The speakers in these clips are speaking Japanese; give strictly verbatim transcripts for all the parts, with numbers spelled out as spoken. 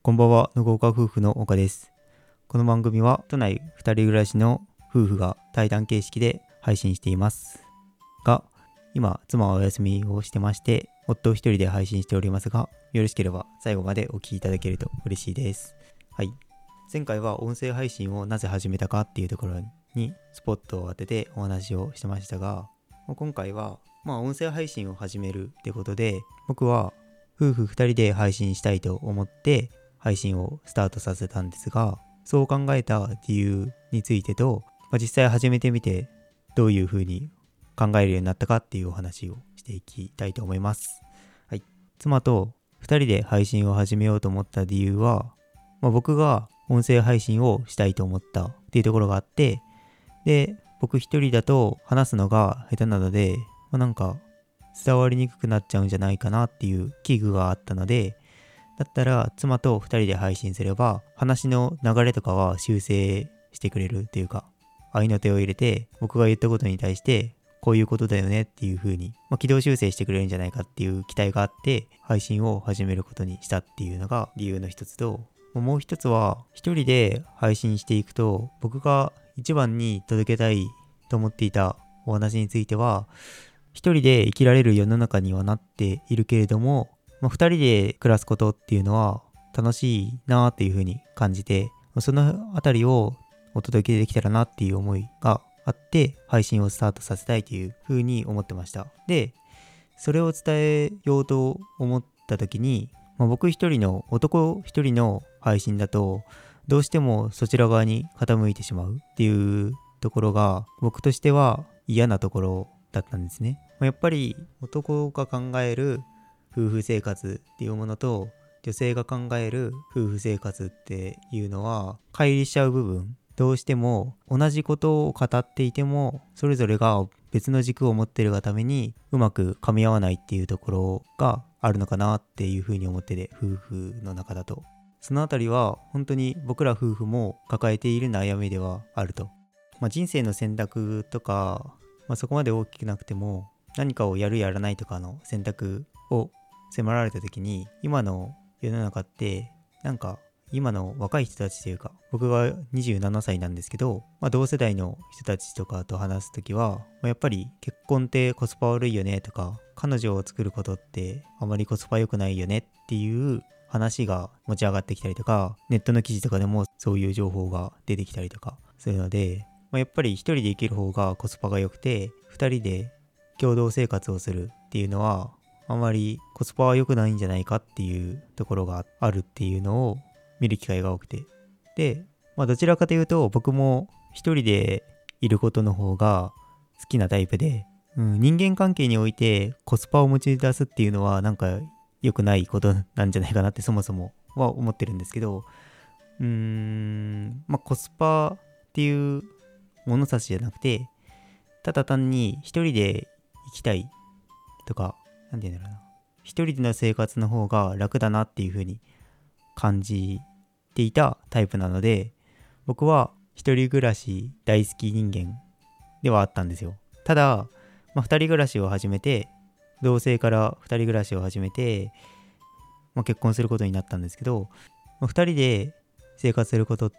こんばんは、無豪華夫婦の岡です。この番組は都内ふたり暮らしの夫婦が対談形式で配信していますが、今妻はお休みをしてまして、夫一人で配信しておりますが、よろしければ最後までお聞きいただけると嬉しいです。はい。前回は音声配信をなぜ始めたかっていうところにスポットを当ててお話をしてましたが、今回はまあ音声配信を始めるってことで、僕は夫婦ふたりで配信したいと思って配信をスタートさせたんですが、そう考えた理由についてと、まあ、実際始めてみてどういうふうに考えるようになったかっていうお話をしていきたいと思います。はい。妻とふたりで配信を始めようと思った理由は、まあ、僕が音声配信をしたいと思ったっていうところがあって、で、僕一人だと話すのが下手なので、まあ、なんか伝わりにくくなっちゃうんじゃないかなっていう危惧があったので、だったら妻とふたりで配信すれば話の流れとかは修正してくれるっていうか、合いの手を入れて僕が言ったことに対してこういうことだよねっていう風に、まあ、軌道修正してくれるんじゃないかっていう期待があって配信を始めることにしたっていうのが理由の一つと、もう一つは一人で配信していくと僕が一番に届けたいと思っていたお話については、一人で生きられる世の中にはなっているけれども、まあ、ふたりで暮らすことっていうのは楽しいなっていう風に感じて、そのあたりをお届けできたらなっていう思いがあって配信をスタートさせたいという風に思ってました。で、それを伝えようと思った時に、まあ、僕一人の男一人の配信だとどうしてもそちら側に傾いてしまうっていうところが僕としては嫌なところだったんですね。まあ、やっぱり男が考える夫婦生活っていうものと女性が考える夫婦生活っていうのは乖離しちゃう部分、どうしても同じことを語っていてもそれぞれが別の軸を持っているがためにうまく噛み合わないっていうところがあるのかなっていうふうに思ってて、夫婦の中だとそのあたりは本当に僕ら夫婦も抱えている悩みではあると。まあ、人生の選択とか、まあ、そこまで大きくなくても何かをやるやらないとかの選択を迫られた時に、今の世の中ってなんか今の若い人たちというか、僕がにじゅうななさいなんですけど、まあ、同世代の人たちとかと話す時は、まあ、やっぱり結婚ってコスパ悪いよねとか、彼女を作ることってあまりコスパ良くないよねっていう話が持ち上がってきたりとか、ネットの記事とかでもそういう情報が出てきたりとかするので、まあ、やっぱり一人で生きる方がコスパが良くて、二人で共同生活をするっていうのはあまりコスパは良くないんじゃないかっていうところがあるっていうのを見る機会が多くて、で、まあどちらかというと僕も一人でいることの方が好きなタイプで、うん、人間関係においてコスパを持ち出すっていうのはなんか良くないことなんじゃないかなってそもそもは思ってるんですけど、うーん、まあコスパっていう物差しじゃなくて、ただ単に一人で生きたいとか、なんて言うんだろうな、一人での生活の方が楽だなっていう風に感じていたタイプなので、僕は一人暮らし大好き人間ではあったんですよ。ただ、まあ、二人暮らしを始めて、同性から二人暮らしを始めて、まあ、結婚することになったんですけど、まあ、二人で生活することって、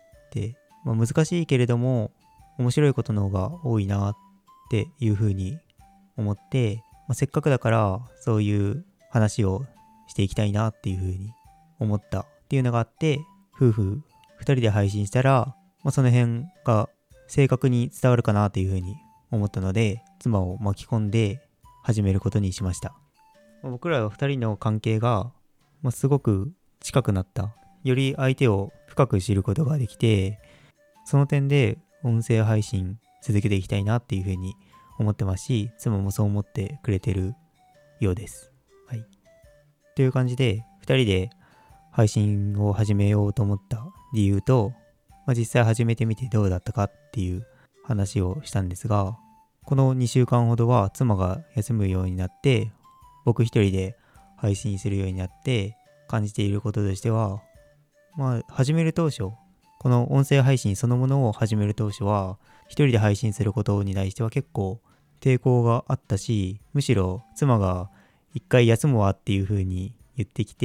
まあ、難しいけれども面白いことの方が多いなっていう風に思って、まあ、せっかくだからそういう話をしていきたいなっていう風に思ったっていうのがあって、夫婦ふたりで配信したら、まあ、その辺が正確に伝わるかなという風に思ったので、妻を巻き込んで始めることにしました。まあ、僕らふたりの関係が、まあ、すごく近くなった。より相手を深く知ることができて、その点で音声配信続けていきたいなっていう風に思ってますし、妻もそう思ってくれてるようです。はい。という感じで、ふたりで配信を始めようと思った理由と、まあ、実際始めてみてどうだったかっていう話をしたんですが、このにしゅうかんほどは妻が休むようになって、僕一人で配信するようになって感じていることとしては、まあ始める当初、この音声配信そのものを始める当初は、一人で配信することに対しては結構抵抗があったし、むしろ妻が一回休むわっていう風に言ってきて、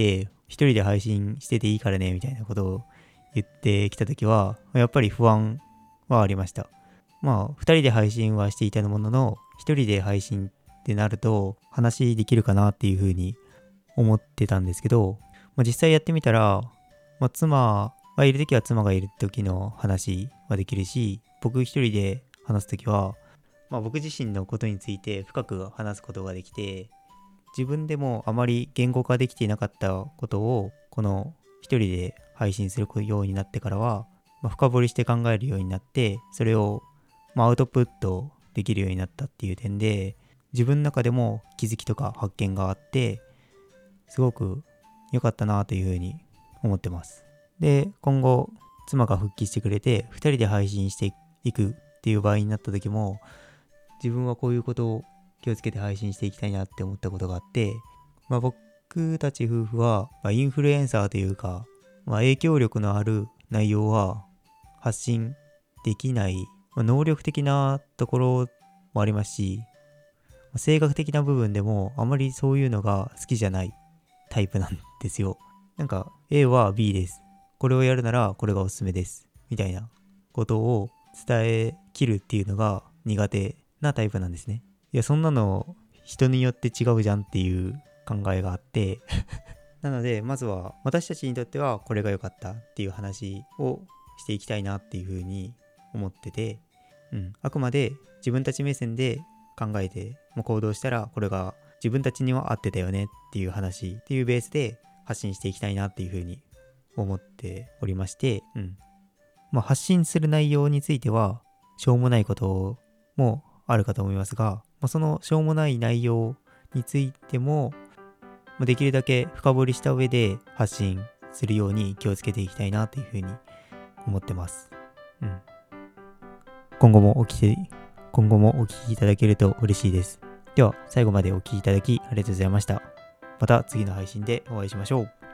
一人で配信してていいからねみたいなことを言ってきたときはやっぱり不安はありました。まあ二人で配信はしていたものの、一人で配信ってなると話できるかなっていうふうに思ってたんですけど、まあ、実際やってみたら、まあ、妻がいるときは妻がいるときの話はできるし、僕一人で話すときは、まあ、僕自身のことについて深く話すことができて、自分でもあまり言語化できていなかったことをこの一人で配信するようになってからは、まあ、深掘りして考えるようになって、それをまあアウトプットできるようになったっていう点で、自分の中でも気づきとか発見があって、すごく良かったなというふうに思ってます。で、今後妻が復帰してくれてふたりで配信していくっていう場合になった時も、自分はこういうことを気をつけて配信していきたいなって思ったことがあって、まあ、僕たち夫婦は、まあ、インフルエンサーというか、まあ、影響力のある内容は発信できない、まあ、能力的なところもありますし、まあ、性格的な部分でもあまりそういうのが好きじゃないタイプなんですよ。なんか A は B です。これをやるならこれがおすすめです。みたいなことを伝えきるっていうのが苦手なタイプなんですね。いや、そんなの人によって違うじゃんっていう考えがあってなのでまずは私たちにとってはこれが良かったっていう話をしていきたいなっていうふうに思ってて、うん、あくまで自分たち目線で考えてもう行動したらこれが自分たちには合ってたよねっていう話っていうベースで発信していきたいなっていうふうに思っておりまして、うん、まあ発信する内容についてはしょうもないこともあるかと思いますが、まあ、そのしょうもない内容についても、まあ、できるだけ深掘りした上で発信するように気をつけていきたいなというふうに思ってます。うん。今後もお聞き、今後もお聞きいただけると嬉しいです。では最後までお聞きいただきありがとうございました。また次の配信でお会いしましょう。